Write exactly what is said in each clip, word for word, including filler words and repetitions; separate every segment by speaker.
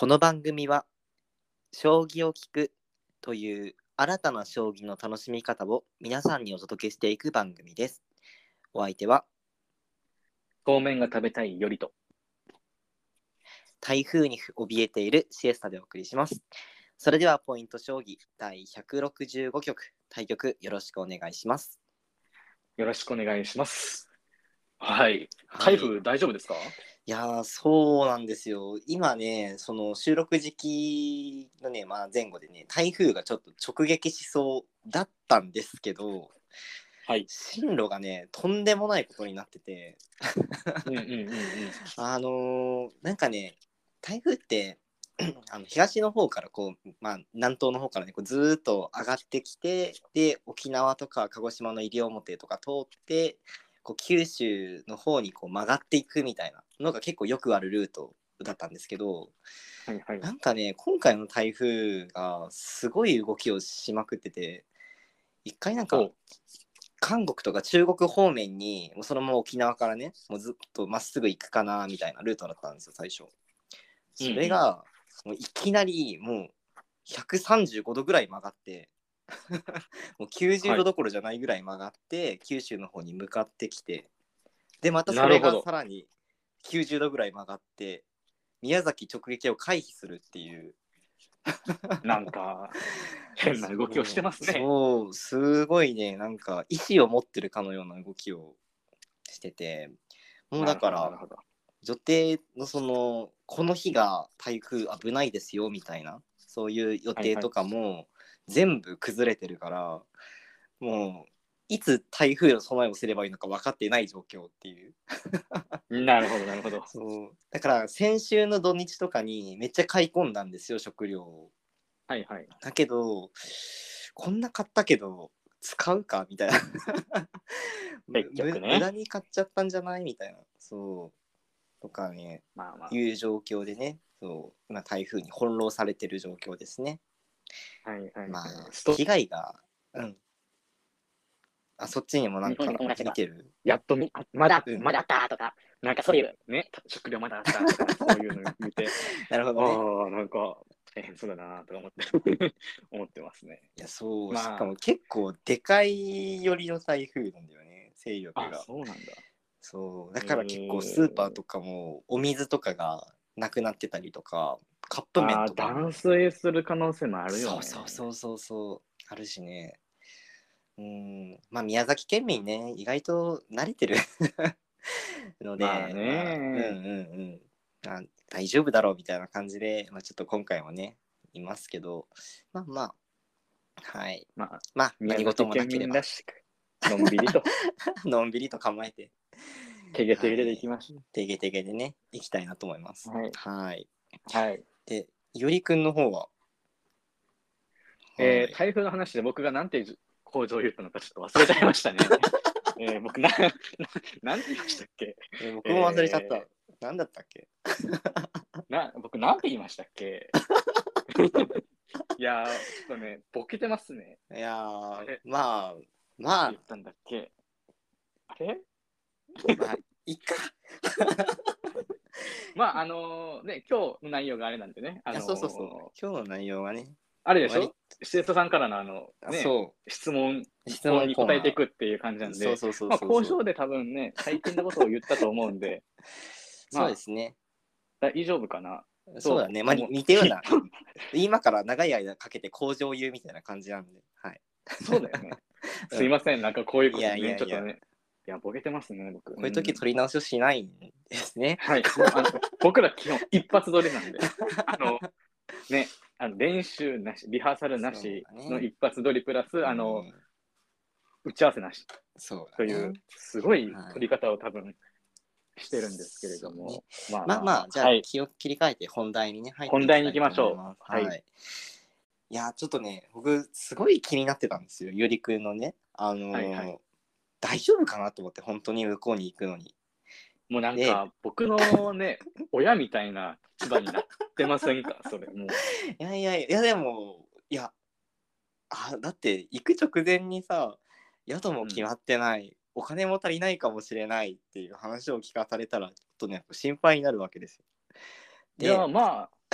Speaker 1: この番組は将棋を聞くという新たな将棋の楽しみ方を皆さんにお届けしていく番組です。お相手は
Speaker 2: そうめんが食べたいよりと
Speaker 1: 台風に怯えているシエスタでお送りします。それではポイント将棋第ひゃくろくじゅうご局対局よろしくお願いします。
Speaker 2: よろしくお願いします。はい。
Speaker 1: はい
Speaker 2: 台風大丈夫ですか？
Speaker 1: いやーそうなんですよ。今ねその収録時期のね、まあ、前後でね台風がちょっと直撃しそうだったんですけど、
Speaker 2: はい。
Speaker 1: 進路がねとんでもないことになってて
Speaker 2: うんうんうんうん。
Speaker 1: あのーなんかね台風ってあの東の方からこう、まあ、南東の方からねこうずーっと上がってきて、で沖縄とか鹿児島の西表とか通ってこう九州の方にこう曲がっていくみたいなのが結構よくあるルートだったんですけど、
Speaker 2: はいはい。
Speaker 1: なんかね今回の台風がすごい動きをしまくってて、一回なんか
Speaker 2: お
Speaker 1: 韓国とか中国方面にもうそのまま沖縄からねもうずっとまっすぐ行くかなみたいなルートだったんですよ最初。それが、もういきなりもうひゃくさんじゅうごどぐらい曲がってもうきゅうじゅうどどころじゃないぐらい曲がって、はい、九州の方に向かってきて、でまたそれがさらにきゅうじゅうどぐらい曲がって宮崎直撃を回避するっていう
Speaker 2: なんか変な動きをしてますね。
Speaker 1: そう、すごいね、なんか意志を持ってるかのような動きをしてて、もうだから女帝のそのこの日が台風危ないですよみたいなそういう予定とかも全部崩れてるから、はいはい、もういつ台風の備えをすればいいのか分かっていない状況っていう
Speaker 2: なるほどなるほど。
Speaker 1: そうだから先週の土日とかにめっちゃ買い込んだんですよ食料を。
Speaker 2: はいはい。
Speaker 1: だけどこんな買ったけど使うかみたいな
Speaker 2: 結局ね
Speaker 1: 無駄に買っちゃったんじゃないみたいなそうとかね、
Speaker 2: まあまあ、
Speaker 1: いう状況でね、そう今台風に翻弄されてる状況ですね。
Speaker 2: はいはいはい。
Speaker 1: まあ被害が、うん。あ、そっちにもなんか見てる。
Speaker 2: やっとみあまだ、うん、まだあったとか、なんかそういうね、食料まだあったとか、そういうの見て、
Speaker 1: なるほどね。
Speaker 2: ああ、なんか大変そうだなとか思って思ってますね。
Speaker 1: いやそう、
Speaker 2: まあ、
Speaker 1: しかも結構でかい寄りの台風なんだよね、勢力が。
Speaker 2: あ、そうなんだ。
Speaker 1: そうだから結構スーパーとかもお水とかがなくなってたりとか、カップ麺とかも
Speaker 2: 断水する可能性もあるよね。
Speaker 1: そうそうそうそうそうあるしね。うんまあ宮崎県民ね意外と慣れてるので、
Speaker 2: まあね、
Speaker 1: まあ、うんうんうんあ大丈夫だろうみたいな感じで、まあ、ちょっと今回もねいますけど、まあまあはい
Speaker 2: まあ、
Speaker 1: まあ何事もなければ
Speaker 2: 宮崎県民らしくのんびりと
Speaker 1: のんびりと構えて
Speaker 2: てげてげでいきましょう。
Speaker 1: てげてげでねいきたいなと思います。はいはい、
Speaker 2: はい、
Speaker 1: でよりくんの方は、
Speaker 2: えー、台風の話で僕がなんて工場を言ったのかちょっと忘れちゃいましたね。えー、僕な、な、なんて言いましたっけ、
Speaker 1: えー、僕も忘れちゃった。えー、なんだったっけ
Speaker 2: な僕なんて言いましたっけいやー、ちょっとね、ボケてますね。
Speaker 1: いやー、まあ、まあ。
Speaker 2: 言ったんだっけあれ
Speaker 1: まあ、いっか。
Speaker 2: まあ、あのー、ね、今日の内容があれなんでね。あのー、
Speaker 1: そうそうそう。今日の内容はね。
Speaker 2: あれでしょ生徒さんからのあの、ね、そう質問質問に答えていくっていう感じなんで、そうそうそうそうまあ、工場で多分ね、最近のことを言ったと思うんで、まあ、そうですね。大丈夫かな。
Speaker 1: そうだね。まあ、似たような、今から長い間かけて工場を言うみたいな感じなんで。はい。
Speaker 2: そうだよね。すいません、なんかこういうことね、いやいやいやちょっとね。いや、ボケてますね、僕。
Speaker 1: こういう時取り直しをしないんですね。
Speaker 2: はい。あの僕ら基本一発撮りなんで、あの、ね、あの練習なし、リハーサルなしの一発撮りプラス、ね、あの、打ち合わせなしという、すごい撮り方を多分してるんですけれども。ね、
Speaker 1: まあまあ、まあ、じゃあ、気を切り替えて本題にね、入っていきたいと思います。本題に行きましょう。はい。はい、いや、ちょっとね、僕、すごい気になってたんですよ、ゆりくんのね。あのーはいはい、大丈夫かなと思って、本当に向こうに行くのに。
Speaker 2: もうなんか、僕のね、親みたいな立場になってませんか、それ。もう。
Speaker 1: いやいやいや、でも、いや、あ、だって行く直前にさ、宿も決まってない、うん、お金も足りないかもしれないっていう話を聞かされたら、ちょっとね、心配になるわけですよ。
Speaker 2: いや、まあ、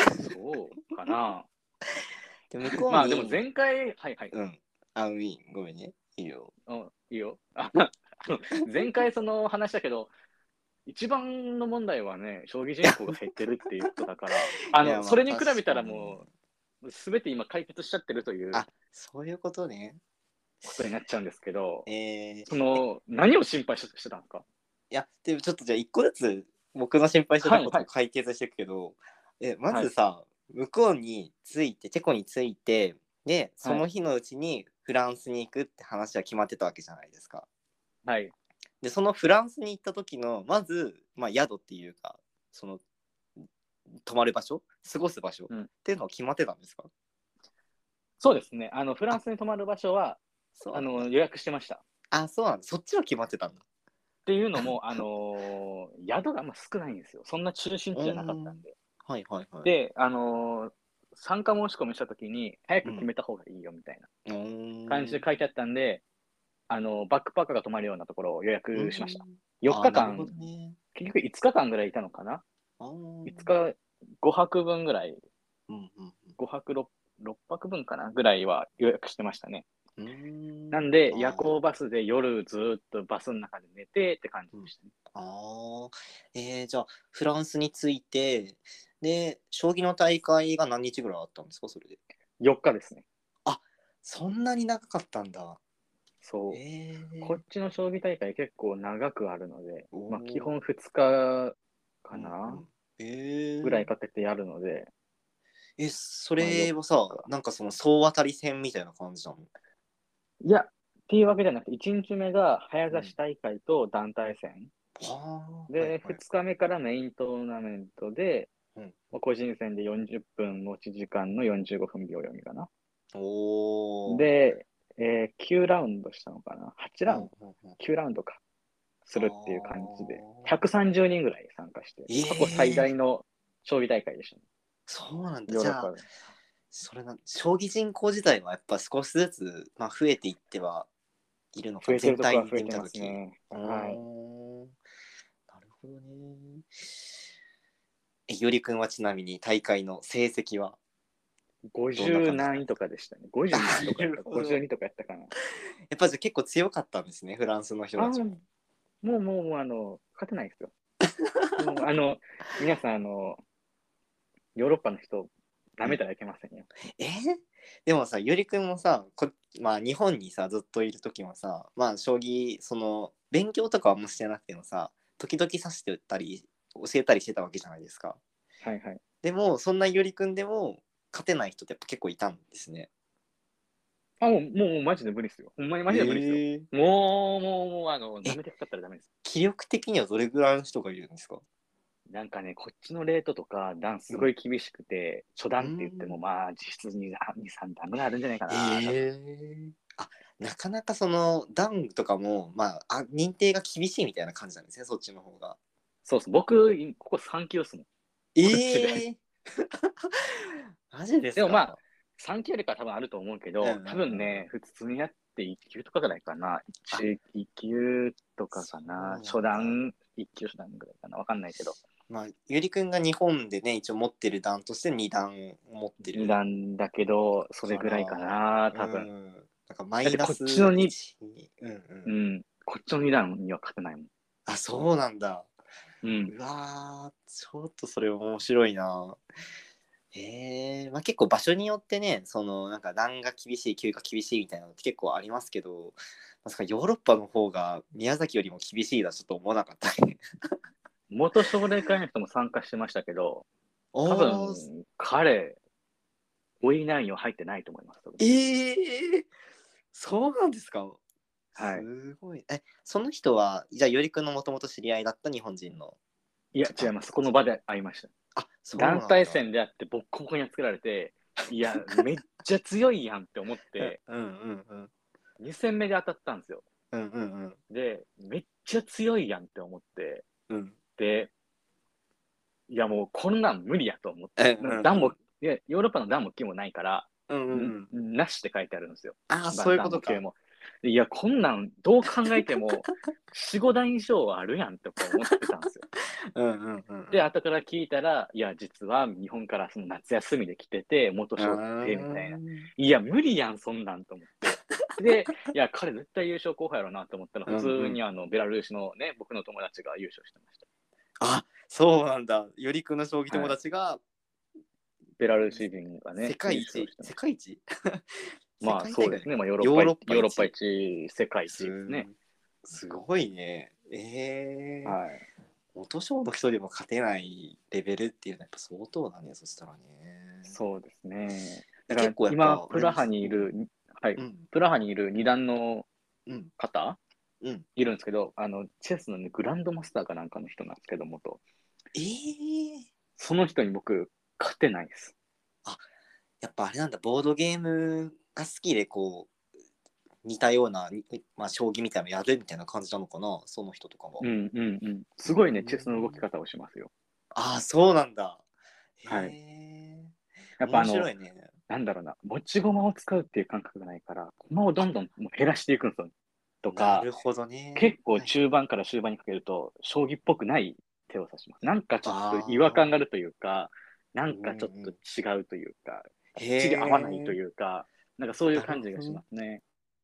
Speaker 2: そうかな。
Speaker 1: で向こうに
Speaker 2: まあでも前回、はいはい。
Speaker 1: うん。あ、いいごめんね。いいよ。
Speaker 2: うん、いいよ。ああの前回その話だけど、一番の問題はね、将棋人口が減ってるっていうことだから、あの、
Speaker 1: いや、まあ
Speaker 2: それに比べたら
Speaker 1: 確かに。
Speaker 2: もう、すべて今解決しちゃってるという
Speaker 1: あ、そういうことね。
Speaker 2: ことになっちゃうんですけど、
Speaker 1: えー、
Speaker 2: その、何を心配ししてたんですか？
Speaker 1: いや、でもちょっとじゃあ一個ずつ僕の心配してたことを
Speaker 2: はいはい。
Speaker 1: 解決していくけど、え、ま
Speaker 2: はい。
Speaker 1: ずさ、向こうに着いて、チェコに着いて、で、そ
Speaker 2: はい。
Speaker 1: の日のうちにフランスに行くって話は決まってたわけじゃないですか。
Speaker 2: はい。
Speaker 1: で、そのフランスに行った時の、まず、まあ、宿っていうか、その、泊まる場所過ごす場所っ
Speaker 2: うん。
Speaker 1: ていうのは決まってたんですか？
Speaker 2: そうですね。あの、フラ
Speaker 1: あ、
Speaker 2: ンスに泊まる場所は、
Speaker 1: そうなんだ。
Speaker 2: あの、予約してました。っ
Speaker 1: あ、そうなんだ。そっちは決まってたんだ。
Speaker 2: ていうのも、あのー宿があんま少ないんですよ。そんな中心地
Speaker 1: う
Speaker 2: じゃなかっ
Speaker 1: ーん。
Speaker 2: たんで。
Speaker 1: はいはいはい。
Speaker 2: で、あのー参加申し込みしたときに、早く決
Speaker 1: うん。
Speaker 2: めた方がいいよみたいな
Speaker 1: うーん。
Speaker 2: 感じで書いてあったんで、あの、バックパッカーが泊まるようなところを予
Speaker 1: うー
Speaker 2: 約しました。
Speaker 1: ん。
Speaker 2: 4
Speaker 1: ああ、なるほ
Speaker 2: 日間、
Speaker 1: どね。
Speaker 2: 結局いつかかんぐらいいたのかな？
Speaker 1: ああ。う
Speaker 2: いつ
Speaker 1: ん
Speaker 2: 日、ごはくぶんぐらい、
Speaker 1: うんうん。
Speaker 2: ごはく、ろく, ろっぱくぶんかなぐらいは予約してましたね。
Speaker 1: うーん。
Speaker 2: なんで、夜
Speaker 1: ああ。
Speaker 2: 行バスで夜ずーっとバスの中で寝てって感じ
Speaker 1: うん。
Speaker 2: でしたね。
Speaker 1: ああ。えー、じゃあ、フランスに着いて、で、将棋の大会が何日ぐらいあったんですか、それで。
Speaker 2: よっかですね。
Speaker 1: あ、そんなに長かったんだ。
Speaker 2: そう。
Speaker 1: ええ、
Speaker 2: こっちの将棋大会結構長くあるので、
Speaker 1: お
Speaker 2: まあ基
Speaker 1: お、
Speaker 2: 本ふつかか
Speaker 1: うんう
Speaker 2: な
Speaker 1: ん。え
Speaker 2: ぐらい
Speaker 1: え
Speaker 2: かけてやるので、
Speaker 1: え、そ
Speaker 2: まあ4
Speaker 1: れはさ、
Speaker 2: 日。
Speaker 1: なんかその総当たり戦みたいな感じなの？
Speaker 2: いや、っていうわけじゃなくて、いちにちめが早指
Speaker 1: うん。
Speaker 2: し大会と団体戦。
Speaker 1: はあ、はい
Speaker 2: で、
Speaker 1: はい。
Speaker 2: ふつかめからメイントーナメントで、
Speaker 1: うん。
Speaker 2: まあ個人戦でよんじゅっぷん持ち時間のよんじゅうごふん秒読みかな。
Speaker 1: おお。
Speaker 2: で、えーきゅうラウンドしたのかな？ はち ラウンド？
Speaker 1: うんうんうん。
Speaker 2: きゅう ラウンドか。す
Speaker 1: あ
Speaker 2: るっていう感じで、
Speaker 1: あ。
Speaker 2: ひゃくさんじゅうにんぐらい参加して、過去最
Speaker 1: ええ、
Speaker 2: 大の将棋大会でしたね。
Speaker 1: そうなんだ。じゃあ、
Speaker 2: ヨーロッパで。
Speaker 1: それな、将棋人口自体はやっぱ少しずつ、まあ、増えていってはいるのかな、
Speaker 2: 増えてる
Speaker 1: 全体で見
Speaker 2: とこは増えて
Speaker 1: たとき。
Speaker 2: ますね。
Speaker 1: うー
Speaker 2: はい。
Speaker 1: ん、なるほどね。え、よりくんはちなみに大会の成績はどんな
Speaker 2: ごじゅう
Speaker 1: 感じだったんですか？
Speaker 2: 何位とかでしたね。ごじゅういちとか
Speaker 1: な
Speaker 2: やった、
Speaker 1: るほど。
Speaker 2: ごじゅうにとかやったかな。
Speaker 1: やっぱじゃあ結構強かったんですね、フランスの人
Speaker 2: ああ、
Speaker 1: たちも。
Speaker 2: もう、もう、もう、あの、勝てないですよ。もう、あの、皆さん、あの、ヨーロッパの人、舐
Speaker 1: うん。
Speaker 2: めたらいけませんよ。
Speaker 1: えーでもさ、よりくんもさ、こ、まあ日本にさ、ずっといる時もさ、まあ将棋、その、勉強とかはもうしてなくてもさ、時々指してたり、教えたりしてたわけじゃないですか。
Speaker 2: はいはい。
Speaker 1: でも、そんなよりくんでも、勝てない人ってやっぱ結構いたんですね。
Speaker 2: あ、もう、もう、もうマジで無理ですよ。ほんまにマジで無理ですよ。
Speaker 1: えー、
Speaker 2: もう、もう、もう、あの、舐
Speaker 1: え、
Speaker 2: めてかかったらダメです。
Speaker 1: 気力的にはどれぐらいの人がいるんですか？
Speaker 2: なんかね、こっちのレートとか、段すご
Speaker 1: うん。
Speaker 2: い厳しくて、初
Speaker 1: うー
Speaker 2: 段って言っても、
Speaker 1: ん。
Speaker 2: まあ、実質に、に、さん段ぐらいあるんじゃないかな、多分。
Speaker 1: ええ、あ、なかなかその段とかも、まあ、あ、認定が厳しいみたいな感じなんですね、そっちの方が。
Speaker 2: そうそう、僕、ここさん級っすもん。こっちで。
Speaker 1: ええマジです
Speaker 2: でもまあ、
Speaker 1: か？
Speaker 2: さん級よりか多分あると思うけ
Speaker 1: うんうん
Speaker 2: ど、多分ね、
Speaker 1: うん。
Speaker 2: 普通にやっていっ級とかぐらいかな。
Speaker 1: あ、
Speaker 2: いち、いっ級とか
Speaker 1: そ
Speaker 2: かな。
Speaker 1: うな
Speaker 2: 初
Speaker 1: んだ。
Speaker 2: 段、いっ級初段ぐらいかな。わかんないけど。
Speaker 1: まあ、ゆりくんが日本でね、一応持ってる段としてに段持って
Speaker 2: に
Speaker 1: る
Speaker 2: 段だけど、それ
Speaker 1: から、
Speaker 2: ぐらいかな、
Speaker 1: う
Speaker 2: 多分。
Speaker 1: ん。なんかマイ
Speaker 2: だってこっち
Speaker 1: ナス
Speaker 2: のに、
Speaker 1: いちに、うんうん。
Speaker 2: うん、こっちのに段には勝てないもん。
Speaker 1: あ、そうなんだ。
Speaker 2: うん。
Speaker 1: うわー、ちょっとそれ面白いな。へえ、まあ結構場所によってね、そのなんか南が厳しい、休が厳しいみたいなのって結構ありますけど、まさかヨーロッパの方が宮崎よりも厳しいだちょっと思わなかったね。
Speaker 2: 元奨励会の人も参加してましたけど、多
Speaker 1: おー、
Speaker 2: 分、彼、オイナインは入ってないと思います。多分
Speaker 1: ええ、そうなんですか。
Speaker 2: はい。
Speaker 1: すごい。え、その人は、じゃあ、よりくんのもともと知り合いだった日本人の
Speaker 2: いや、違います。
Speaker 1: 方って感じ？
Speaker 2: この場で会いました。
Speaker 1: あ、そう
Speaker 2: 団体
Speaker 1: なんだ。
Speaker 2: 戦であってボッコボコにやっつけられて、いや、めっちゃ強いやんって思っ
Speaker 1: うん
Speaker 2: て、
Speaker 1: うんうん。
Speaker 2: に戦目で当たったんですよ。
Speaker 1: うんうんうん。
Speaker 2: で、めっちゃ強いやんって思って、
Speaker 1: うん。
Speaker 2: で、いやもうこんなん無理やと思って、
Speaker 1: うんうん
Speaker 2: 段も、
Speaker 1: うん。
Speaker 2: いや、ヨーロッパの段も木もないから、
Speaker 1: うんうんうん。
Speaker 2: んなしって書いてあるんですよ。
Speaker 1: ああ、
Speaker 2: まあ、
Speaker 1: そういうことか。
Speaker 2: 段も系も。 いや、こんなんどう考えてもよん、ごだん以上あるやんとか思ってたんですよ。
Speaker 1: うんうんうん。
Speaker 2: で、後から聞いたら、いや、実は日本からその夏休みで来てて、元
Speaker 1: あ
Speaker 2: 賞で、みたいな。
Speaker 1: ー
Speaker 2: いや、無理やん、そんなんと思って。で、いや、彼絶対優勝候補やろなと思ったら、
Speaker 1: うん
Speaker 2: 普通
Speaker 1: うん。
Speaker 2: にあの、ベラルーシのね、僕の友達が優勝してまし
Speaker 1: あ、そうなんだ。よりくんの将棋
Speaker 2: た。
Speaker 1: 友
Speaker 2: はい。
Speaker 1: 達が
Speaker 2: ベラルーシ人が
Speaker 1: 世
Speaker 2: ね、優
Speaker 1: 界一、
Speaker 2: 勝してました。
Speaker 1: 世界一世
Speaker 2: まあ、
Speaker 1: 界大会
Speaker 2: そうですね。まあ、ヨーロッパ一、
Speaker 1: ヨーロッパ
Speaker 2: ヨーロッパ
Speaker 1: 一
Speaker 2: 一、世界一です
Speaker 1: す、
Speaker 2: ね。
Speaker 1: すごいね。ええ
Speaker 2: はい。
Speaker 1: 元将の人でも勝てないレベルっていうのはやっぱ相当だね、そしたらね。
Speaker 2: そうですね。
Speaker 1: え、
Speaker 2: だから
Speaker 1: 結構やっ
Speaker 2: 今、
Speaker 1: ぱ、あれです。
Speaker 2: プラハにい
Speaker 1: うん。
Speaker 2: る、はい。
Speaker 1: うん。
Speaker 2: プラハにいる二段の
Speaker 1: うん。
Speaker 2: 方
Speaker 1: うん。
Speaker 2: いるんですけど、あの、チェスの、ね、グランドマスターかなんかの人なんですけど、元。
Speaker 1: ええ
Speaker 2: その人に僕、勝てないです。
Speaker 1: あ、やっぱあれなんだ、ボードゲームが好きで、こう、似たような、にまあ、将棋みたいなのやるみたいな感じなのかな、その人とかは。
Speaker 2: うんうんうん。
Speaker 1: うー
Speaker 2: すごいね、チェスの動き
Speaker 1: ん。
Speaker 2: 方をしますよ。
Speaker 1: ああ、そうなんだ。へ
Speaker 2: はい。
Speaker 1: え。面
Speaker 2: やっぱあの、
Speaker 1: 白いね。
Speaker 2: なんだろうな、持ち駒を使うっていう感覚がないから、駒をど
Speaker 1: あ、
Speaker 2: んどんもう減らしていくんですよ。とか、
Speaker 1: なるほどね。
Speaker 2: 結構
Speaker 1: はいはい。
Speaker 2: 中盤から終盤にかけると、将棋っぽくない手を指します。なんかちょっと違和感があ
Speaker 1: ああ。
Speaker 2: るというか、な
Speaker 1: うんう
Speaker 2: んかちょっと
Speaker 1: ん。
Speaker 2: 違うというか、きっちり合わないと
Speaker 1: へえ。
Speaker 2: いうか、なんかそういう
Speaker 1: なる
Speaker 2: 感じがし
Speaker 1: ほど。
Speaker 2: ますね。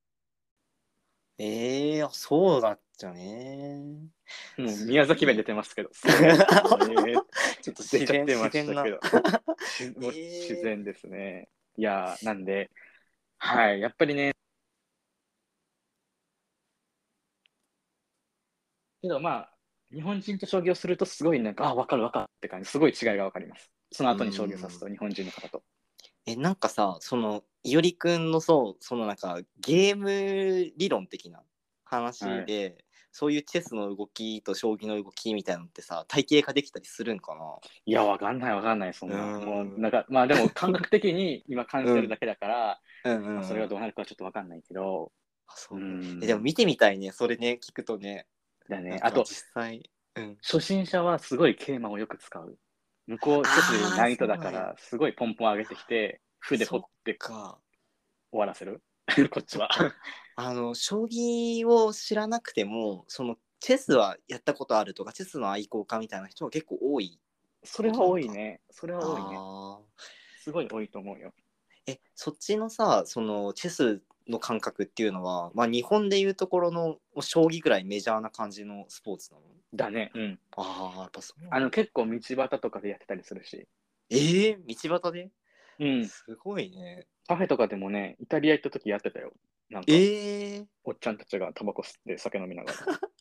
Speaker 1: ええー、そうだっちゃね。
Speaker 2: もう
Speaker 1: す
Speaker 2: 宮崎弁出
Speaker 1: ごい。
Speaker 2: てますけど、そうだったね。
Speaker 1: ちょっと
Speaker 2: 出
Speaker 1: 自然、
Speaker 2: ちゃってまし
Speaker 1: 自然な。
Speaker 2: たけど、しもう自
Speaker 1: ええ
Speaker 2: 然ですね。いやー、なんで、はい、やっぱりね、けどまあ、日本人と将棋をするとすごいなんか、あ、わかるわかるって感じ、すごい違いがわかります。その
Speaker 1: ー。う
Speaker 2: 後に将棋を指す
Speaker 1: ん。
Speaker 2: と、日本人の方と。
Speaker 1: え、なんかさ、その、いおりくんのそう、そのなんか、ゲーム理論的な
Speaker 2: はい。
Speaker 1: 話で、そういうチェスの動きと将棋の動きみたいなのってさ、体系化できたりするんかな？
Speaker 2: いや、わかんないわかんない、そ
Speaker 1: う
Speaker 2: んな。もう、
Speaker 1: ーん。
Speaker 2: なんか、まあでも感覚的に今感じ
Speaker 1: うん。
Speaker 2: てるだけだから、
Speaker 1: うんう
Speaker 2: まあそ
Speaker 1: んうん。
Speaker 2: れがどうなるかはちょっとわかんないけど、
Speaker 1: あ、
Speaker 2: うー
Speaker 1: そう。え、でも
Speaker 2: ん、
Speaker 1: 見てみたいね。それね、聞くとね。
Speaker 2: だね。あ
Speaker 1: なんか
Speaker 2: と、
Speaker 1: 実際。うん。
Speaker 2: 初心者はすごい桂馬をよく使う。向こう、チェスでいう
Speaker 1: ああ、
Speaker 2: ナイト
Speaker 1: そうなんや。
Speaker 2: だから、すごいポンポン上げてきて、歩で掘
Speaker 1: そっ
Speaker 2: って
Speaker 1: か。
Speaker 2: 終わらせるこっちは。
Speaker 1: そっか。あの、将棋を知らなくても、その、チェスはやったことあるとか、チェスの愛好家みたいな人は結構多いって
Speaker 2: それは
Speaker 1: ことなのか。
Speaker 2: 多いね。それは多いね。
Speaker 1: ああ。
Speaker 2: すごい多いと思うよ。
Speaker 1: え、そっちのさ、その、チェスの感覚っていうのは、まあ、日本でいうところの将棋ぐらいメジャーな感じのスポーツなの？
Speaker 2: だね。うん。
Speaker 1: ああ、やっぱそうなんだ。
Speaker 2: あの、結構道端とかでやってたりするし。
Speaker 1: ええー、道端で？
Speaker 2: うん。
Speaker 1: すごいね。
Speaker 2: カフェとかでもね、イタリア行った時やってたよ。なんか、
Speaker 1: ええー。
Speaker 2: おっちゃんたちがタバコ吸って酒飲みながら。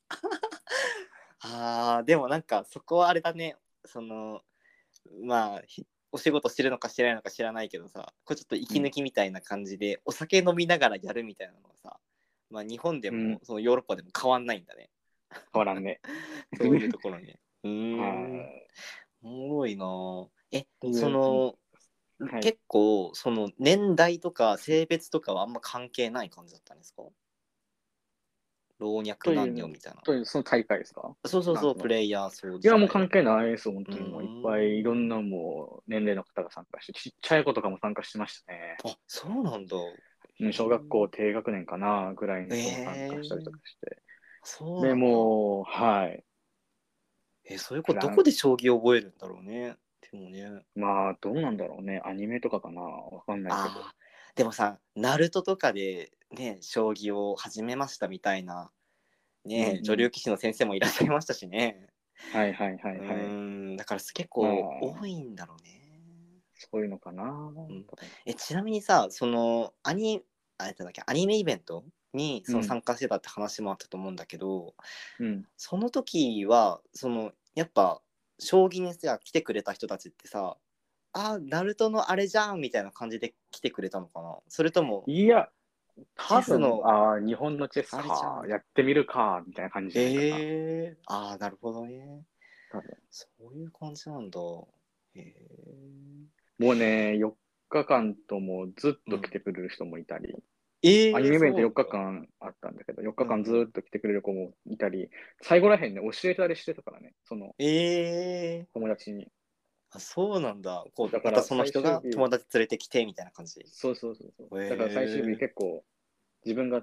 Speaker 1: ああ、でもなんかそこはあれだね。その、まあ、ひお仕事してるのかしてないのか知らないけどさ、これちょっと息抜
Speaker 2: うん。
Speaker 1: きみたいな感じで、お酒飲みながらやるみたいなのはさ、まあ日本で
Speaker 2: うん。
Speaker 1: もそのヨーロッパでも変わんないんだね。
Speaker 2: 変わらんね。
Speaker 1: そういうところに。う
Speaker 2: は
Speaker 1: ーん。おもろいなぁ。え、
Speaker 2: い。い
Speaker 1: そ
Speaker 2: う、
Speaker 1: の、
Speaker 2: はい。
Speaker 1: 結構、その年代とか性別とかはあんま関係ない感じだったんですか？老若男
Speaker 2: という、
Speaker 1: 女みたいな。
Speaker 2: という、その大会ですか？
Speaker 1: そうそうそう、
Speaker 2: なんその、
Speaker 1: プレイヤー層
Speaker 2: いや、もう
Speaker 1: 自体は。
Speaker 2: 関係ないです。本
Speaker 1: うー
Speaker 2: 当にもういっぱいいろん
Speaker 1: ん。
Speaker 2: なもう年齢の方が参加して、ちっちゃい子とかも参加してましたね。
Speaker 1: あ、そうなんだ。
Speaker 2: うん小学校低学年かなぐらいの
Speaker 1: へ
Speaker 2: 子も参加したりとか
Speaker 1: え。
Speaker 2: して。で、
Speaker 1: そうなんだ。
Speaker 2: もう、はい。
Speaker 1: え、そういう子ど
Speaker 2: なん
Speaker 1: こで将棋を覚えるんだろうね。でもね。
Speaker 2: まあ、どうなんだろうね。アニメとかかなわかんないけど。
Speaker 1: ああ、でもさ、ナルトとかでね、将棋を始めましたみたいな、ね、女
Speaker 2: うんうん。
Speaker 1: 流棋士の先生もいらっしゃいましたしね。
Speaker 2: はいはいは
Speaker 1: う
Speaker 2: いはい。
Speaker 1: ーん、だから結
Speaker 2: ま
Speaker 1: 構多
Speaker 2: あ、
Speaker 1: いんだろうね。
Speaker 2: そういうのかな
Speaker 1: うん、
Speaker 2: 多分。
Speaker 1: え、ちなみにさ、そのアニ、あれだっけ、アニメイベントにその
Speaker 2: うん、
Speaker 1: 参加してたって話もあったと思うんだけど、
Speaker 2: うん。
Speaker 1: その時は、その、やっぱ、将棋にさ、来てくれた人たちってさ、あ、ナルトのあれじゃんみたいな感じで来てくれたのかな？それとも、
Speaker 2: いや、
Speaker 1: チ
Speaker 2: 多分、
Speaker 1: ェスの
Speaker 2: ああ、日本のチェス
Speaker 1: あれじゃん
Speaker 2: か。
Speaker 1: みたいな。
Speaker 2: やってみるか。みたいな感じじゃないかな。
Speaker 1: ええー、ああ、なるほどね。
Speaker 2: 多分。
Speaker 1: そういう感じなんだ。へえ。
Speaker 2: もうね、よっかかんともずっと来
Speaker 1: うん。
Speaker 2: てくれる人もいたり、ア
Speaker 1: ええー、
Speaker 2: ニメイベント4
Speaker 1: そうなんだ。
Speaker 2: 日間あったんだけど、4
Speaker 1: うんうん。
Speaker 2: 日間ずっと来てくれる子もいたり、最後らへんね、教えたりしてたからね、その
Speaker 1: ええー、
Speaker 2: 友達に。
Speaker 1: あ、そうなんだ。こう、また
Speaker 2: だから最
Speaker 1: その人が
Speaker 2: 終日、
Speaker 1: 友達連れてきてみたいな感じ。
Speaker 2: そうそうそうそう。だから最終日
Speaker 1: へえ。
Speaker 2: 結構自分が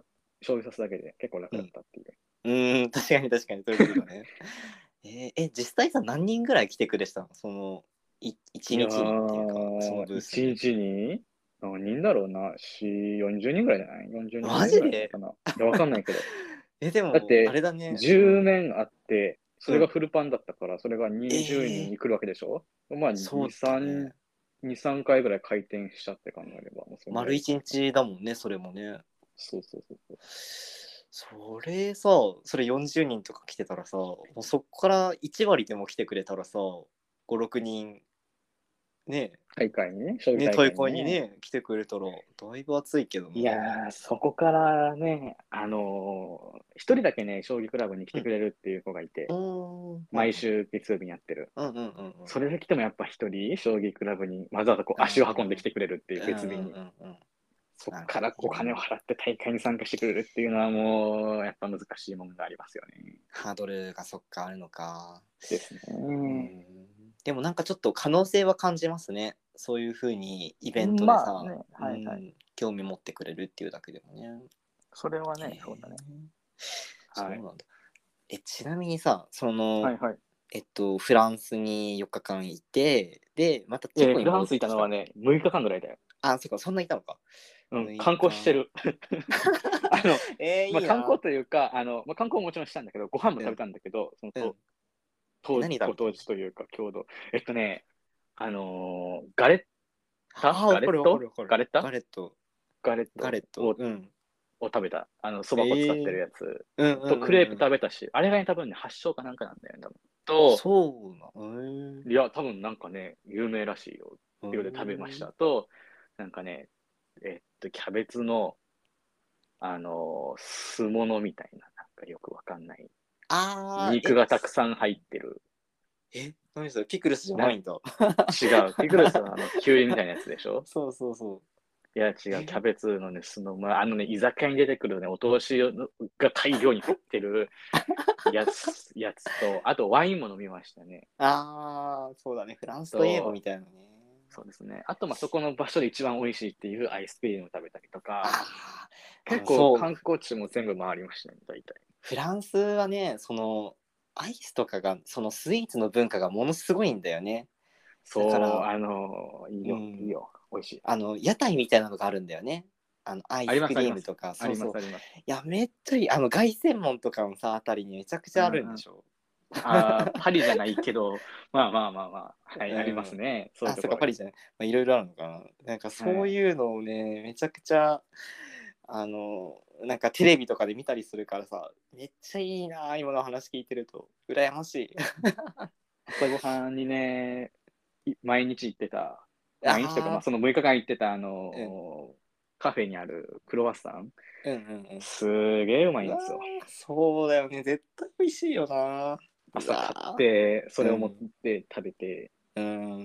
Speaker 2: 将棋指すだけで結構楽だったっていう。
Speaker 1: うん、うーん、確かに確かに、そういうことね。えーえ、実際さ、何人ぐらい来てくれてたのその、い一
Speaker 2: いや
Speaker 1: 日にっていうか、その
Speaker 2: ー、
Speaker 1: ブース
Speaker 2: 一
Speaker 1: に。
Speaker 2: 日に何人だろうな、よん、よんじゅうにんぐらいじゃない？ よんじゅう 人ぐらいじゃない
Speaker 1: マジで？
Speaker 2: かな。いや、わかんないけど。
Speaker 1: え、でも、あ
Speaker 2: だって、
Speaker 1: れだね。う
Speaker 2: じゅう
Speaker 1: ん。
Speaker 2: 面あって、それが
Speaker 1: うん。
Speaker 2: フルパンだったから、それが
Speaker 1: え
Speaker 2: にじゅうにん
Speaker 1: ー、
Speaker 2: に来るわけでしょ？まあ、に、
Speaker 1: そうだ
Speaker 2: 3、
Speaker 1: ね。
Speaker 2: に、さんかいぐらい回転したって考えれば、もうそんぐらいいく。
Speaker 1: 丸一日だもんね、それもね。
Speaker 2: そうそうそうそう。
Speaker 1: それさ、それよんじゅうにんとか来てたらさ、もうそこからいち割でも来てくれたらさ、ご、ろくにんね、
Speaker 2: 大会にね、将棋
Speaker 1: ね、
Speaker 2: 大
Speaker 1: 大会に
Speaker 2: 会にね。
Speaker 1: ね、来てくれたら、だいぶ暑いけどな。
Speaker 2: いやー、そこからね、あのー一人だけね、将棋クラブに来
Speaker 1: うん。
Speaker 2: てくれるっていう子がいて、
Speaker 1: うーん。はいはい。
Speaker 2: 毎週月曜日にやってる。
Speaker 1: うんうんうんうん。
Speaker 2: それで来てもやっぱ一人、将棋クラブにわざわざこう
Speaker 1: あ
Speaker 2: 足を運んできてくれるっていう
Speaker 1: ーうん
Speaker 2: 別日に。
Speaker 1: うんうんうん。
Speaker 2: そっ
Speaker 1: なるほ
Speaker 2: からお
Speaker 1: どね。
Speaker 2: 金を払って大会に参加してくれるっていうのはもう、やっぱ難しいものがありますよね。
Speaker 1: ハードルがそっかあるのか。
Speaker 2: です
Speaker 1: う
Speaker 2: ね。
Speaker 1: ん。でもなんかちょっと可能性は感じますね。そういうふうにイベントでさ、
Speaker 2: まあね、
Speaker 1: う
Speaker 2: はいはい。
Speaker 1: ん、興味持ってくれるっていうだけでもね。
Speaker 2: それはね、
Speaker 1: へ
Speaker 2: そうだね。
Speaker 1: え、そう
Speaker 2: はい。
Speaker 1: なんだ。え、ちなみにさ、その、
Speaker 2: はいはい。
Speaker 1: えっと、フランスによっかかんいて、で、またチェ
Speaker 2: えー
Speaker 1: コに
Speaker 2: フランスい
Speaker 1: 戻ってきたの？
Speaker 2: たのはね、むいかかんぐらいだよ。
Speaker 1: あ、そっか、そんないたのか。
Speaker 2: うん、
Speaker 1: 6
Speaker 2: 観光して
Speaker 1: 日。
Speaker 2: る。あの、
Speaker 1: えー、
Speaker 2: まあ、
Speaker 1: いいな。
Speaker 2: 観光というか、あの、まあ、観光ももちろんしたんだけど、ご飯も
Speaker 1: うん、
Speaker 2: 食べたんだけど、その
Speaker 1: うん。
Speaker 2: と、
Speaker 1: え、
Speaker 2: 当ご当
Speaker 1: 何食べたの？
Speaker 2: 時というか、郷土。えっとね、あのーガレッタ
Speaker 1: ああー、わかるわか
Speaker 2: ガレット
Speaker 1: るわかる。
Speaker 2: ガレッタ
Speaker 1: ガレット、
Speaker 2: ガレッ
Speaker 1: ガレット。
Speaker 2: トを、
Speaker 1: うん。
Speaker 2: を食べた。あの、そば粉使って
Speaker 1: ええー、
Speaker 2: るやつ。
Speaker 1: うんうん
Speaker 2: と、クレープ
Speaker 1: うんうん。
Speaker 2: 食べたし、あれがね、多分ね、発祥かなんかなんだよね、多分。と、
Speaker 1: そうな。え
Speaker 2: いや、多分なんかね、有名らしいよ。
Speaker 1: ー、
Speaker 2: っていうので食べまし
Speaker 1: え
Speaker 2: た。と、なんかね、えっと、キャベツの、あのー酢物みたいな、なんかよくわかんない。
Speaker 1: ああ、え、
Speaker 2: 肉がたくさん入ってる。
Speaker 1: え、何それ、ピクルスじゃな
Speaker 2: な、
Speaker 1: いんだ。
Speaker 2: 違う。ピクルスはあの、キュウリみたいなやつでしょ？
Speaker 1: そうそうそ
Speaker 2: いや、違う。
Speaker 1: う。え、
Speaker 2: キャベツのね、酢の、まあ、あのね、居酒屋に出てくるね、お通しが大量に入ってるやつ、やつと、あとワインも飲みましたね。
Speaker 1: ああ、そうだね。フランスといえば
Speaker 2: と、
Speaker 1: みたいなね。
Speaker 2: そうですね。あと、まあ、そこの場所で一番美味しいっていうアイスクリームを食べたりとか、
Speaker 1: ああ、あ
Speaker 2: 結
Speaker 1: の、そう、
Speaker 2: 構観光地も全部回りましたね、大体。
Speaker 1: フランスはね、その、アイスとかが、そのスイーツの文化がものすごいんだよね。だか
Speaker 2: そう、
Speaker 1: ら、
Speaker 2: あのいいよ、いい
Speaker 1: うん、
Speaker 2: よ、美味しい。
Speaker 1: あの、屋台みたいなのがあるんだよね。あの、アイ
Speaker 2: あります、
Speaker 1: スク
Speaker 2: あります。
Speaker 1: リームとか、
Speaker 2: あります、
Speaker 1: そうそう。
Speaker 2: あります。
Speaker 1: いや、めっちゃいい。あの、凱旋門とかのさ、あたりにめちゃくちゃあるん
Speaker 2: うんうん。
Speaker 1: でしょ。
Speaker 2: あー、パリじゃないけど、まあまあまあまあ、はい、あります
Speaker 1: うん。
Speaker 2: ね。そういう
Speaker 1: あ、そっか、
Speaker 2: ところに。
Speaker 1: パリじゃない。まあ、いろいろあるのかな。なんかそう
Speaker 2: はい。
Speaker 1: いうのをね、めちゃくちゃ、あの、なんかテレビとかで見たりするからさ、めっちゃいいな、今の話聞いてると。羨ましい。
Speaker 2: 朝ごはんにね、い毎日行ってた、毎日とか、まあ
Speaker 1: ああ、
Speaker 2: そのむいかかん行ってた、あ
Speaker 1: うん、
Speaker 2: のーカフェにあるクロワッサン、
Speaker 1: うんうん
Speaker 2: すげえうま
Speaker 1: うん。うわ
Speaker 2: いんですよ。
Speaker 1: ー、そうだよね。絶対美味しいよな。う
Speaker 2: 朝買っ
Speaker 1: わ
Speaker 2: て、そ
Speaker 1: ー、
Speaker 2: れを持っ
Speaker 1: うん、
Speaker 2: て食べて、
Speaker 1: うん。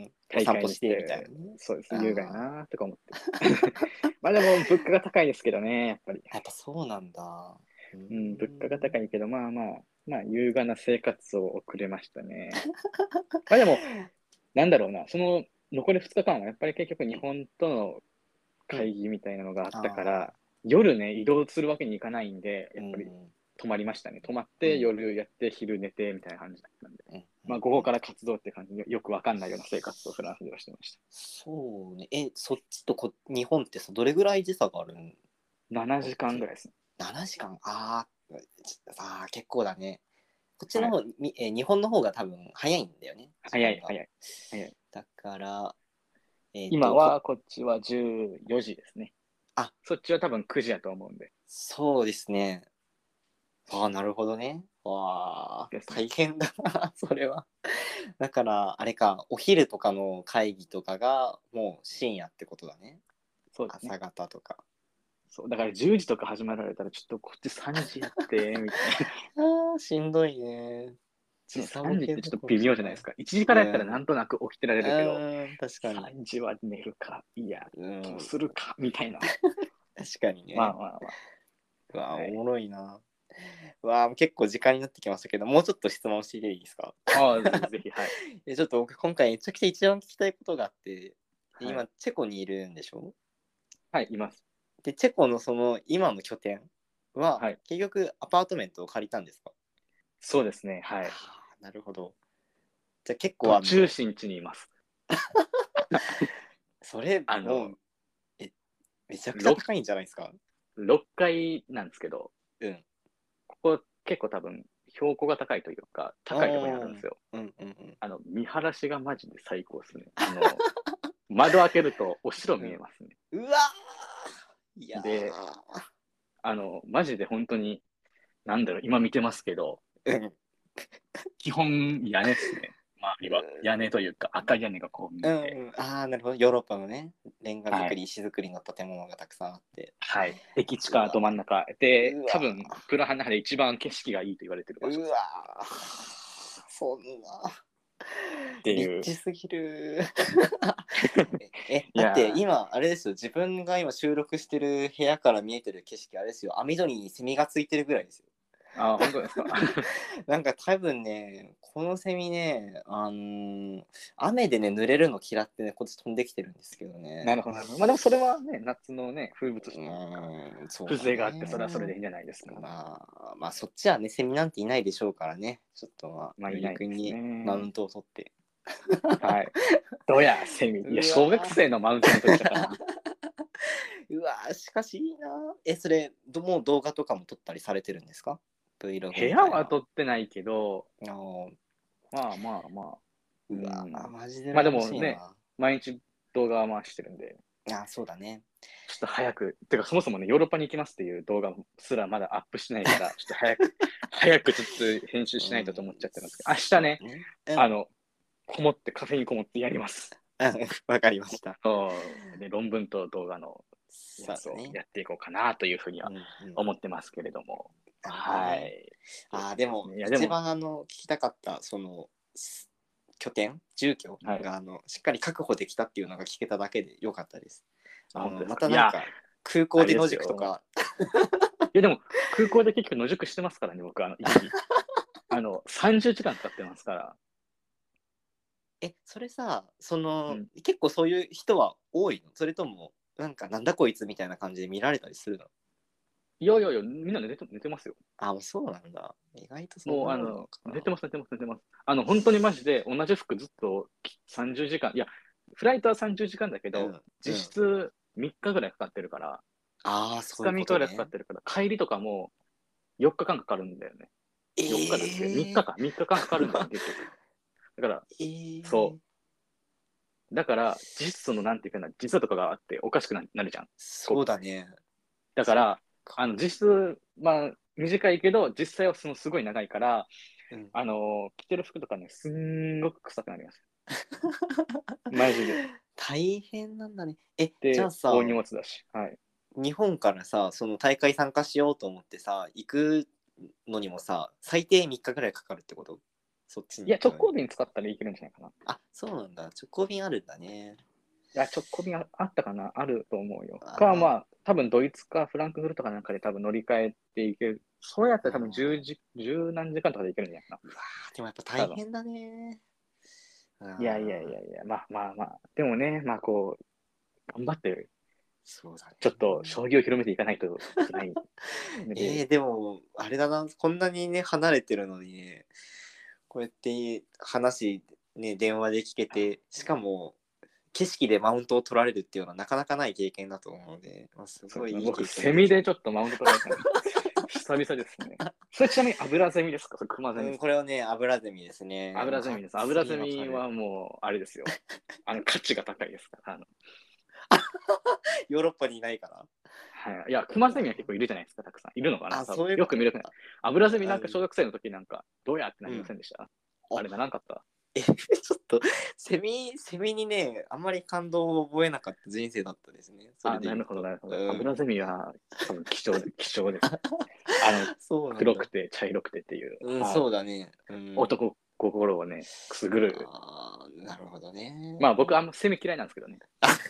Speaker 1: お散歩
Speaker 2: 大会に行っ
Speaker 1: してみたいな
Speaker 2: て、
Speaker 1: ね。
Speaker 2: そうです、優雅や
Speaker 1: あ
Speaker 2: なとか思って。まあでも物価が高いですけどね、やっぱり。
Speaker 1: あ、やっぱそうなんだ。うー
Speaker 2: うん、物価が
Speaker 1: ん。
Speaker 2: 高いけど、まあまあ、まあ優雅な生活を送れましたね。まあでも、なんだろうな、その残りふつかかんはやっぱり結局日本との
Speaker 1: うん。
Speaker 2: 会議みたいなのがあったか
Speaker 1: ああ、
Speaker 2: ら、夜ね、移動するわけにいかないんで、
Speaker 1: う
Speaker 2: やっぱり
Speaker 1: ん、
Speaker 2: 泊まりましたね。泊まって
Speaker 1: うん、
Speaker 2: 夜やって昼寝てみたいな感じだったんで。
Speaker 1: うん、うん。
Speaker 2: まあ午後から活動って感じでよくわかんないような生活をフランスではしてまし
Speaker 1: そうね。え、そっちとこ日本ってさ、どれぐらい時差があるん
Speaker 2: た。ななじかん
Speaker 1: だっけ？
Speaker 2: ぐらいですね。
Speaker 1: なな 時間。あーあー、結構だね。こっち
Speaker 2: はい。
Speaker 1: の方、みえー日本の方が多分早いんだよね、時
Speaker 2: 早い、
Speaker 1: 間が。
Speaker 2: 早い、早い。
Speaker 1: だから、えっと、こ、
Speaker 2: 今はこっちはじゅうよじですね。
Speaker 1: あ、
Speaker 2: そっちは多分くじやと思うんで。
Speaker 1: そうですね。ああ、なるほどね。わあ、
Speaker 2: ですね。
Speaker 1: 大変だな、それは。だから、あれか、お昼とかの会議とかがもう深夜ってことだね。
Speaker 2: そうですね。
Speaker 1: 朝方とか。
Speaker 2: そう、だからじゅうじとか始まられたらちょっとこっちさんじやって、みたいな。
Speaker 1: ああ、しんどいね。時
Speaker 2: そう、
Speaker 1: 差ボ
Speaker 2: さんじっ
Speaker 1: ケどこ
Speaker 2: てちょっと微
Speaker 1: ろじゃない。
Speaker 2: 妙じゃないですか。いちじからやったらな
Speaker 1: うん。
Speaker 2: んとなく起きてられるけど、
Speaker 1: うん、確かに。
Speaker 2: さんじは寝るか、いや、
Speaker 1: うん、
Speaker 2: どうするか、みたいな。
Speaker 1: 確かにね。
Speaker 2: まあまあま
Speaker 1: うわあ、
Speaker 2: あ。はい。
Speaker 1: おもろいな。うわあ、結構時間になってきましたけど、もうちょっと質問していいですか？
Speaker 2: ああ、ぜひぜひ、はい。
Speaker 1: えちょっと僕今回めちゃくちゃ一番聞きたいことがあって、で
Speaker 2: はい。
Speaker 1: 今チェコにいるんでしょ？
Speaker 2: はい、います。
Speaker 1: で、チェコのその今の拠点は、
Speaker 2: はい、
Speaker 1: 結局アパートメントを借りたんですか？
Speaker 2: そうですね。はい。
Speaker 1: なるほど。じゃあ結構あ
Speaker 2: 途
Speaker 1: の
Speaker 2: 中新地にいます。
Speaker 1: それ
Speaker 2: あの
Speaker 1: もうえめちゃくちゃ高いんじゃないですか？
Speaker 2: ろっかいなんですけど、
Speaker 1: うん。
Speaker 2: ここ結構多分標高が高いというか、高いところにあるんですよ。
Speaker 1: うんうんうん。
Speaker 2: あの、見晴らしがマジで最高ですね。あの、窓開けるとお城見えますね。
Speaker 1: うん、うわーいや
Speaker 2: で、あの、マジで本当に、なんだろう、今見てますけど、
Speaker 1: ー
Speaker 2: 基本屋根ですね。周りは。屋根というか赤い屋根がこう見
Speaker 1: うん、
Speaker 2: えて。
Speaker 1: うん、ああ、なるほど。ヨーロッパのね、レンガ造り、
Speaker 2: はい。
Speaker 1: 石造りの建物がたくさんあって。
Speaker 2: はい。駅
Speaker 1: うわ、
Speaker 2: 近ど真ん中で、
Speaker 1: うわ、
Speaker 2: 多分、プラハの中で一番景色がいいと言われてる場所です。
Speaker 1: うわ、そんな、
Speaker 2: っていう。
Speaker 1: リッチすぎる。え、
Speaker 2: い
Speaker 1: だって
Speaker 2: や
Speaker 1: 今、あれですよ、自分が今収録してる部屋から見えてる景色、あれですよ、網戸にセミがついてるぐらいですよ。
Speaker 2: あ、本当ですか。
Speaker 1: なんか多分ね、このセミね、あのー雨でね、濡れるの嫌ってね、こっち飛んできてるんですけどね。
Speaker 2: なるほど、なるほど。まあでもそれはね、夏のね、風物詩
Speaker 1: う
Speaker 2: というか、
Speaker 1: ーん、そうだ
Speaker 2: 風情があって、それはそれでい
Speaker 1: ね。
Speaker 2: いんじゃないですか。
Speaker 1: まあ、まあ、そっちはね、セミなんていないでしょうからね。ちょっとまあ、
Speaker 2: まあ
Speaker 1: よりくん
Speaker 2: いないです
Speaker 1: にマウ
Speaker 2: ね。
Speaker 1: ントを取って。
Speaker 2: はい。どうや、セミ。いや、
Speaker 1: う
Speaker 2: 小学
Speaker 1: わ
Speaker 2: 生のマウントの時だから。
Speaker 1: ーうわーしかしいいなー。え、それ、どもう動画とかも撮ったりされてるんですか？ Vlog
Speaker 2: 部屋
Speaker 1: みたいな。
Speaker 2: は撮ってないけど、
Speaker 1: あー
Speaker 2: まあまあまあ。う
Speaker 1: うわー
Speaker 2: ん。
Speaker 1: マジで
Speaker 2: まあで
Speaker 1: 羨ま
Speaker 2: もね、
Speaker 1: しいな。
Speaker 2: 毎日動画は回してるんで、
Speaker 1: あ、そうだね。
Speaker 2: ちょっと早く、てかそもそもね、ヨーロッパに行きますっていう動画すらまだアップしてないから、ちょっと早く、早くちょっと編集しないとと思っちゃってるんですけど、明日ね、
Speaker 1: そうだね。うん。
Speaker 2: あの、こもって、カフェにこもってやります。
Speaker 1: わかりました。
Speaker 2: そうで論文と動画のやつを
Speaker 1: そうだね。
Speaker 2: やっていこうかなというふうには
Speaker 1: うんうん。
Speaker 2: 思ってますけれども。
Speaker 1: なるほどね。
Speaker 2: はい。
Speaker 1: ああ、でも、
Speaker 2: いや、で
Speaker 1: 一
Speaker 2: も、
Speaker 1: 番あの、聞きたかった、その、す拠点、住居
Speaker 2: はい。
Speaker 1: があの、しっかり確保できたっていうのが聞けただけでよかったです。
Speaker 2: あ、
Speaker 1: あの、ま
Speaker 2: 本当ですか。いや、
Speaker 1: たなんか、空港
Speaker 2: あれ
Speaker 1: で野
Speaker 2: ですよ。
Speaker 1: 宿とか、
Speaker 2: いや、でも、空港で結局野宿してますからね、僕、あの、行き来。あの、さんじゅうじかんかかってますから。
Speaker 1: え、それさ、その、
Speaker 2: うん。
Speaker 1: 結構そういう人は多いの？それとも、なんか、なんだこいつみたいな感じで見られたりするの？
Speaker 2: いやいやいや、みんな寝て寝てますよ。
Speaker 1: あ、もうそうなんだ。意外とそん
Speaker 2: もう、
Speaker 1: な
Speaker 2: あの、
Speaker 1: もんなのかな。
Speaker 2: 寝てます、寝てます、寝てます。あの、本当にマジで同じ服ずっとさんじゅうじかん、いや、フライトはさんじゅうじかんだけど、
Speaker 1: うん、う
Speaker 2: 実
Speaker 1: ん。
Speaker 2: 質みっかぐらいかかってるから、
Speaker 1: ああ、
Speaker 2: 2日
Speaker 1: そういう
Speaker 2: 3日ぐらいかか
Speaker 1: ことね。
Speaker 2: ってるから、帰りとかもよっかかんかかるんだよね。よっかだっけ？ みっ 日
Speaker 1: ええ
Speaker 2: か、みっかかんかかるんだよね、結局。だから、
Speaker 1: ー、ええ
Speaker 2: そう。だから、実質のなんていうかな、時差とかがあっておかしくななるじゃん。飛行機って。
Speaker 1: そうだね。そっ
Speaker 2: だから、
Speaker 1: か。
Speaker 2: あの、実質、まあ、短いけど、実際はそのすごい長いから、
Speaker 1: うん。
Speaker 2: あの、着てる服とかね、すんごく臭くなります。マジで。
Speaker 1: 大変なんだね。え、じゃあ
Speaker 2: で、大荷
Speaker 1: さ、
Speaker 2: 物だし。はい。
Speaker 1: 日本からさ、その大会参加しようと思ってさ、行くのにもさ、最低みっかぐらいかかるってこと？そっち
Speaker 2: いや、
Speaker 1: に行くのに。
Speaker 2: 直行便使ったらいけるんじゃないかな。い
Speaker 1: あ、そうなんだ。直行便あるんだね。
Speaker 2: や、直行便ああったかなあると思うよ。か、ま
Speaker 1: あ
Speaker 2: あ、多分ドイツかフランクフルトかなんかで多分乗り換えていける。そうやった
Speaker 1: あ、
Speaker 2: ら多分じゅうじ、じゅう何時間とかでいけるんじゃないか
Speaker 1: うわーでもやっぱ
Speaker 2: な。多分。
Speaker 1: 大変だね。
Speaker 2: いやいやい
Speaker 1: あー
Speaker 2: やいや、まあまあまあ。でもね、まあこう、頑張って
Speaker 1: そうだね。
Speaker 2: ちょっと将棋を広めていかないといけないので、
Speaker 1: えー、でも、あれだな、こんなにね、離れてるのにね、こうやって話、ね、電話で聞けて、しかも、景色でマウントを取られるっていうのはなかなかない経験だと思うので、まあ、す
Speaker 2: そうですね、
Speaker 1: ごいいい
Speaker 2: 僕、
Speaker 1: 経験です。
Speaker 2: セミでちょっとマウント取られたの、久々ですね。それちなみに油ゼミですか？それクマゼミ
Speaker 1: うん、
Speaker 2: ですか？
Speaker 1: これはね、アブラゼミですね。もうがっ
Speaker 2: 油ゼミです。
Speaker 1: つり
Speaker 2: 油ゼ
Speaker 1: わかる。
Speaker 2: ミはもう、あれですよ。あの、価値が高いですから。あの
Speaker 1: ヨーロッパにいないから。
Speaker 2: はい。いや、クマゼミは結構いるじゃないですか、たくさん。いるのかな
Speaker 1: あ、
Speaker 2: 多分。
Speaker 1: そういうこと。
Speaker 2: よく見るとね。油ゼミなんか小
Speaker 1: うん。
Speaker 2: 学生の時なんか、どうやってなりま
Speaker 1: うん。
Speaker 2: せんでした？あ
Speaker 1: あ、
Speaker 2: れならんかった？
Speaker 1: え、ちょっと、セミ、セミにね、あんまり感動を覚えなかった人生だったですね。それ
Speaker 2: あ、なるほど、
Speaker 1: で言うと。
Speaker 2: なるほど。
Speaker 1: うん。
Speaker 2: 油ゼミは多分貴重で、貴重です。あの、
Speaker 1: そうなんだ。
Speaker 2: 黒くて茶色くてっていう、
Speaker 1: うん、
Speaker 2: はい。
Speaker 1: そうだね。うん。
Speaker 2: 男心をね、くすぐる。
Speaker 1: ああ、なるほどね。
Speaker 2: まあ僕あんまセミ嫌いなんですけどね。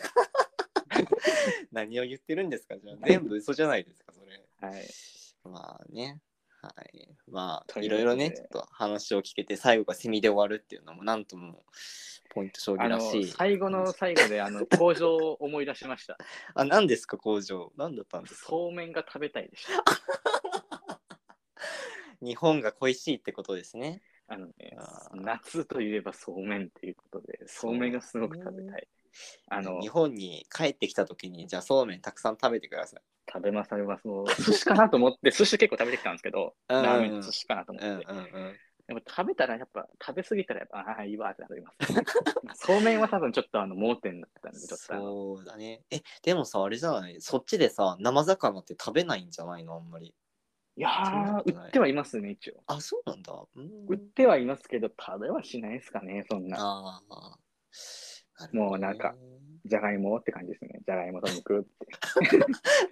Speaker 1: 何を言ってるんですか？じゃあ全部嘘じゃないですか、それ。
Speaker 2: はい。
Speaker 1: まあね。はい。まあ、
Speaker 2: という
Speaker 1: いろいろね、ちょっ
Speaker 2: わけで、
Speaker 1: と話を聞けて、最後がセミで終わるっていうのも、なんともポイント将棋ら
Speaker 2: あの、
Speaker 1: しい
Speaker 2: 最後の
Speaker 1: 感じ。
Speaker 2: 最後で、あの、工場を思い出しました。
Speaker 1: あ、何ですか、工場。何だったんですか？
Speaker 2: そうめんが食べたいでした。
Speaker 1: 日本が恋しいってことですね。
Speaker 2: あのね、夏といえばそうめんっていうことで、そうめんがすごく食べたい。
Speaker 1: あの日本に帰ってきた時に、じゃあそうめんたくさん食べてください。
Speaker 2: 食べます、食べます。もう寿司かなと思って、寿司結構食べてきたんですけど、
Speaker 1: うんうん、
Speaker 2: ラーメンと寿司かなと思って。
Speaker 1: うんうんうん、
Speaker 2: でも食べたらやっぱ、食べ過ぎたらやっぱ、ああ、いいわってなります。そうめんは多分ちょっとあの盲点だったんで、ちょっとあの。
Speaker 1: そうだね。え、でもさ、あれじゃない、そっちでさ、生魚って食べないんじゃないの、あんまり。
Speaker 2: いやー、売ってはいますね、一応。
Speaker 1: あ、そうなんだ。うん、
Speaker 2: 売ってはいますけど、食べはしないですかね、そんな。
Speaker 1: ああ、
Speaker 2: もうなんか、じゃがいもって感じですね。じゃがいもと肉って。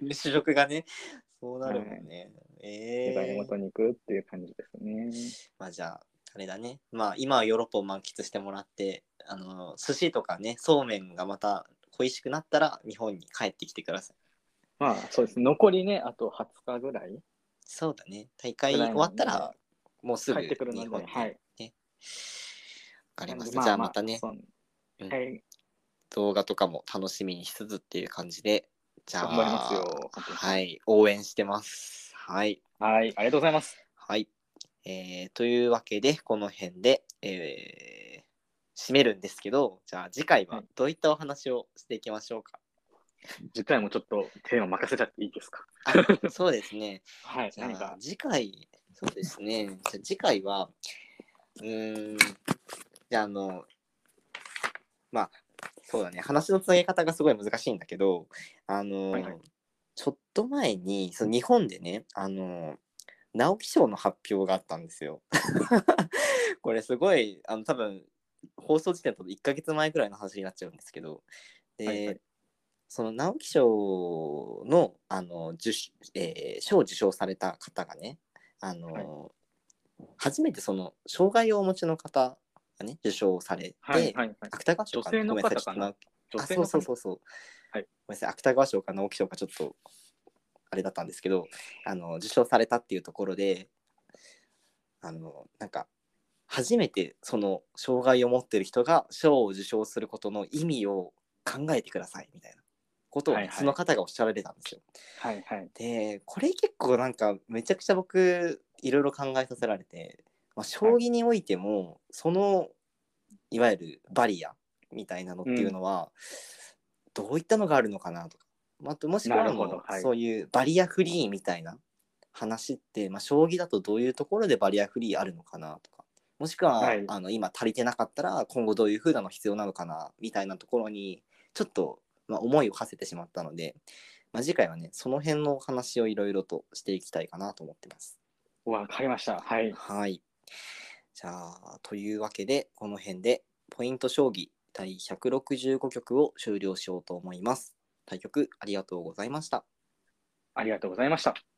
Speaker 1: 主食がね、そうなるもんね。はい、え
Speaker 2: じゃがいもと肉っていう感じですね。
Speaker 1: まあじゃあ、あれだね。まあ今はヨーロッパを満喫してもらって、あの、寿司とかね、そうめんがまた恋しくなったら日本に帰ってきてください。
Speaker 2: まあそうです。残りね、あとはつかぐらい。
Speaker 1: そうだね。大会終わったら、もうすぐ
Speaker 2: 帰ってくるので、
Speaker 1: 日本に、ね、
Speaker 2: はい。
Speaker 1: わかりました。じゃあまたね、
Speaker 2: うん、はい、
Speaker 1: 動画とかも楽しみにしつつっていう感じで、じゃあ、
Speaker 2: 頑張りますよ。
Speaker 1: はい、応援してます。はい。
Speaker 2: はい、ありがとうございます。
Speaker 1: はい。えー、というわけで、この辺で、えー、締めるんですけど、じゃあ次回はどういったお話をしていきましょうか。
Speaker 2: 次回もちょっとテーマ任せちゃっていいですか。
Speaker 1: あ、そうですね。
Speaker 2: はい、
Speaker 1: じゃあ次回、そうですね。じゃあ次回は、うーん、じゃああの、まあ、そうだね、話のつなげ方がすごい難しいんだけど、あの、はいはい、ちょっと前にその日本でね、あの直木賞の発表があったんですよ。これすごいあの多分放送時点だといっかげつまえぐらいの話になっちゃうんですけど、で、はいはい、その直木賞のあの受、えー、賞を受賞された方がね、あの、はい、初めてその障害をお持ちの方がね受賞されて、はいはいはい、芥川賞かな、
Speaker 2: 女性の方かな、
Speaker 1: あ、そうそうそうそう、はい、ごめんなさい、芥川賞か直木賞かちょっとあれだったんですけど、あの受賞されたっていうところで、あのなんか初めてその障害を持ってる人が賞を受賞することの意味を考えてくださいみたいなことを、ね、はいはい、その方がおっしゃられたんですよ。はいはい、でこれ結構なんかめちゃくちゃ僕いろいろ考えさせられて、まあ、将棋においても、はい、そのいわゆるバリアみたいなのっていうのは、うん、どういったのがあるのかなとか、あともしくはもう、はい、そういうバリアフリーみたいな話って、まあ、将棋だとどういうところでバリアフリーあるのかなとか、もしくは、はい、あの今足りてなかったら今後どういう風なの必要なのかなみたいなところにちょっと、まあ、思いを馳せてしまったので、まあ、次回はねその辺の話をいろいろとしていきたいかなと思ってます。
Speaker 2: わかりました。はい。
Speaker 1: はい。じゃあというわけでこの辺でポイント将棋第ひゃくろくじゅうご局を終了しようと思います。対局ありがとうございました。
Speaker 2: ありがとうございました。